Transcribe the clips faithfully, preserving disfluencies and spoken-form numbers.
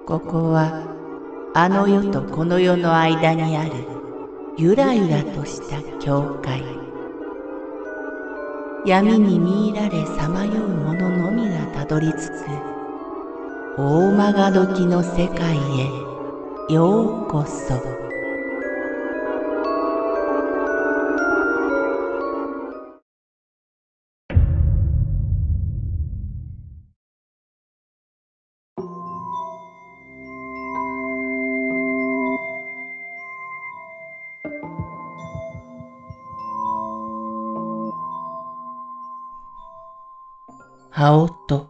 ここはあの世とこの世の間にあるゆらゆらとした境界。闇に見入られさまよう者のみがたどり着く大曲どきの世界へようこそ。羽音。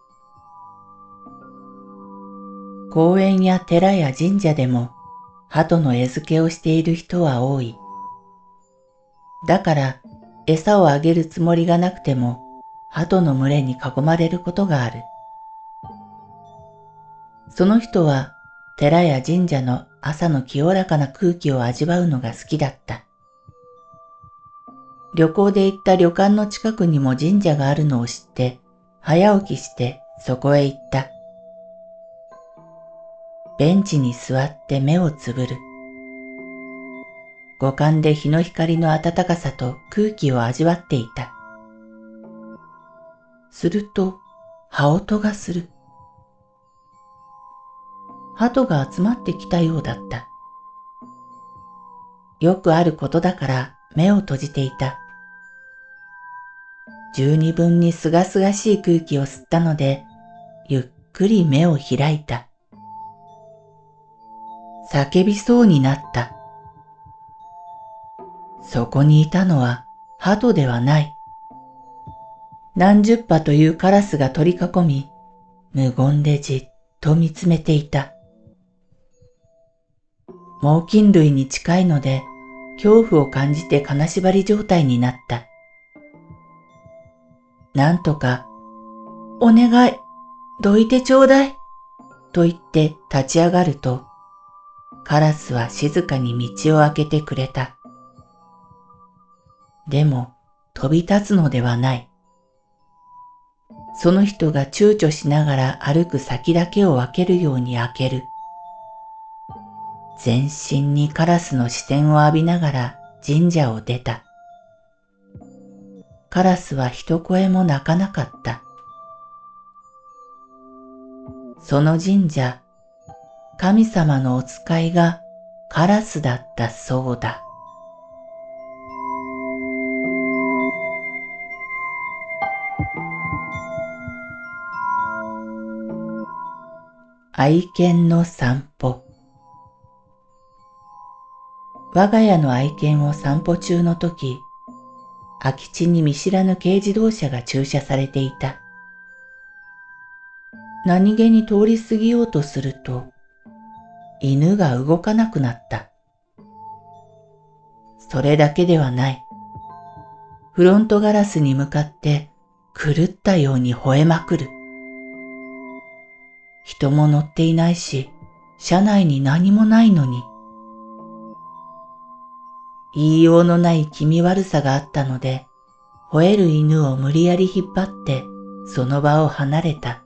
公園や寺や神社でも鳩の餌付けをしている人は多い。だから餌をあげるつもりがなくても鳩の群れに囲まれることがある。その人は寺や神社の朝の清らかな空気を味わうのが好きだった。旅行で行った旅館の近くにも神社があるのを知って早起きしてそこへ行った。ベンチに座って目をつぶる。五感で日の光の暖かさと空気を味わっていた。すると、羽音がする。鳩が集まってきたようだった。よくあることだから目を閉じていた。十二分にすがすがしい空気を吸ったので、ゆっくり目を開いた。叫びそうになった。そこにいたのは鳩ではない。何十羽というカラスが取り囲み、無言でじっと見つめていた。猛禽類に近いので、恐怖を感じて金縛り状態になった。なんとか、お願い、どいてちょうだい、と言って立ち上がると、カラスは静かに道を開けてくれた。でも、飛び立つのではない。その人が躊躇しながら歩く先だけを分けるように開ける。全身にカラスの視線を浴びながら神社を出た。カラスは一声も鳴かなかった。その神社、神様のお使いがカラスだったそうだ。愛犬の散歩。我が家の愛犬を散歩中の時、空き地に見知らぬ軽自動車が駐車されていた。何気に通り過ぎようとすると、犬が動かなくなった。それだけではない。フロントガラスに向かって狂ったように吠えまくる。人も乗っていないし、車内に何もないのに。言いようのない気味悪さがあったので、吠える犬を無理やり引っ張ってその場を離れた。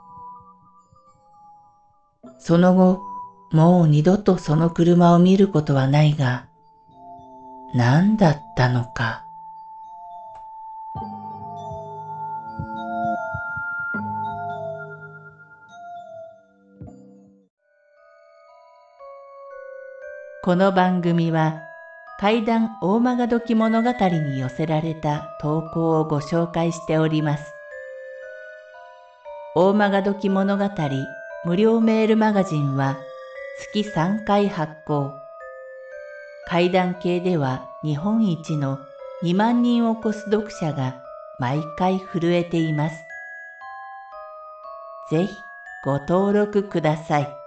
その後、もう二度とその車を見ることはないが、何だったのか。この番組は怪談大曲どき物語に寄せられた投稿をご紹介しております。大曲どき物語無料メールマガジンは月さんかい発行。怪談系では日本一のにまんにんを超す読者が毎回震えています。ぜひご登録ください。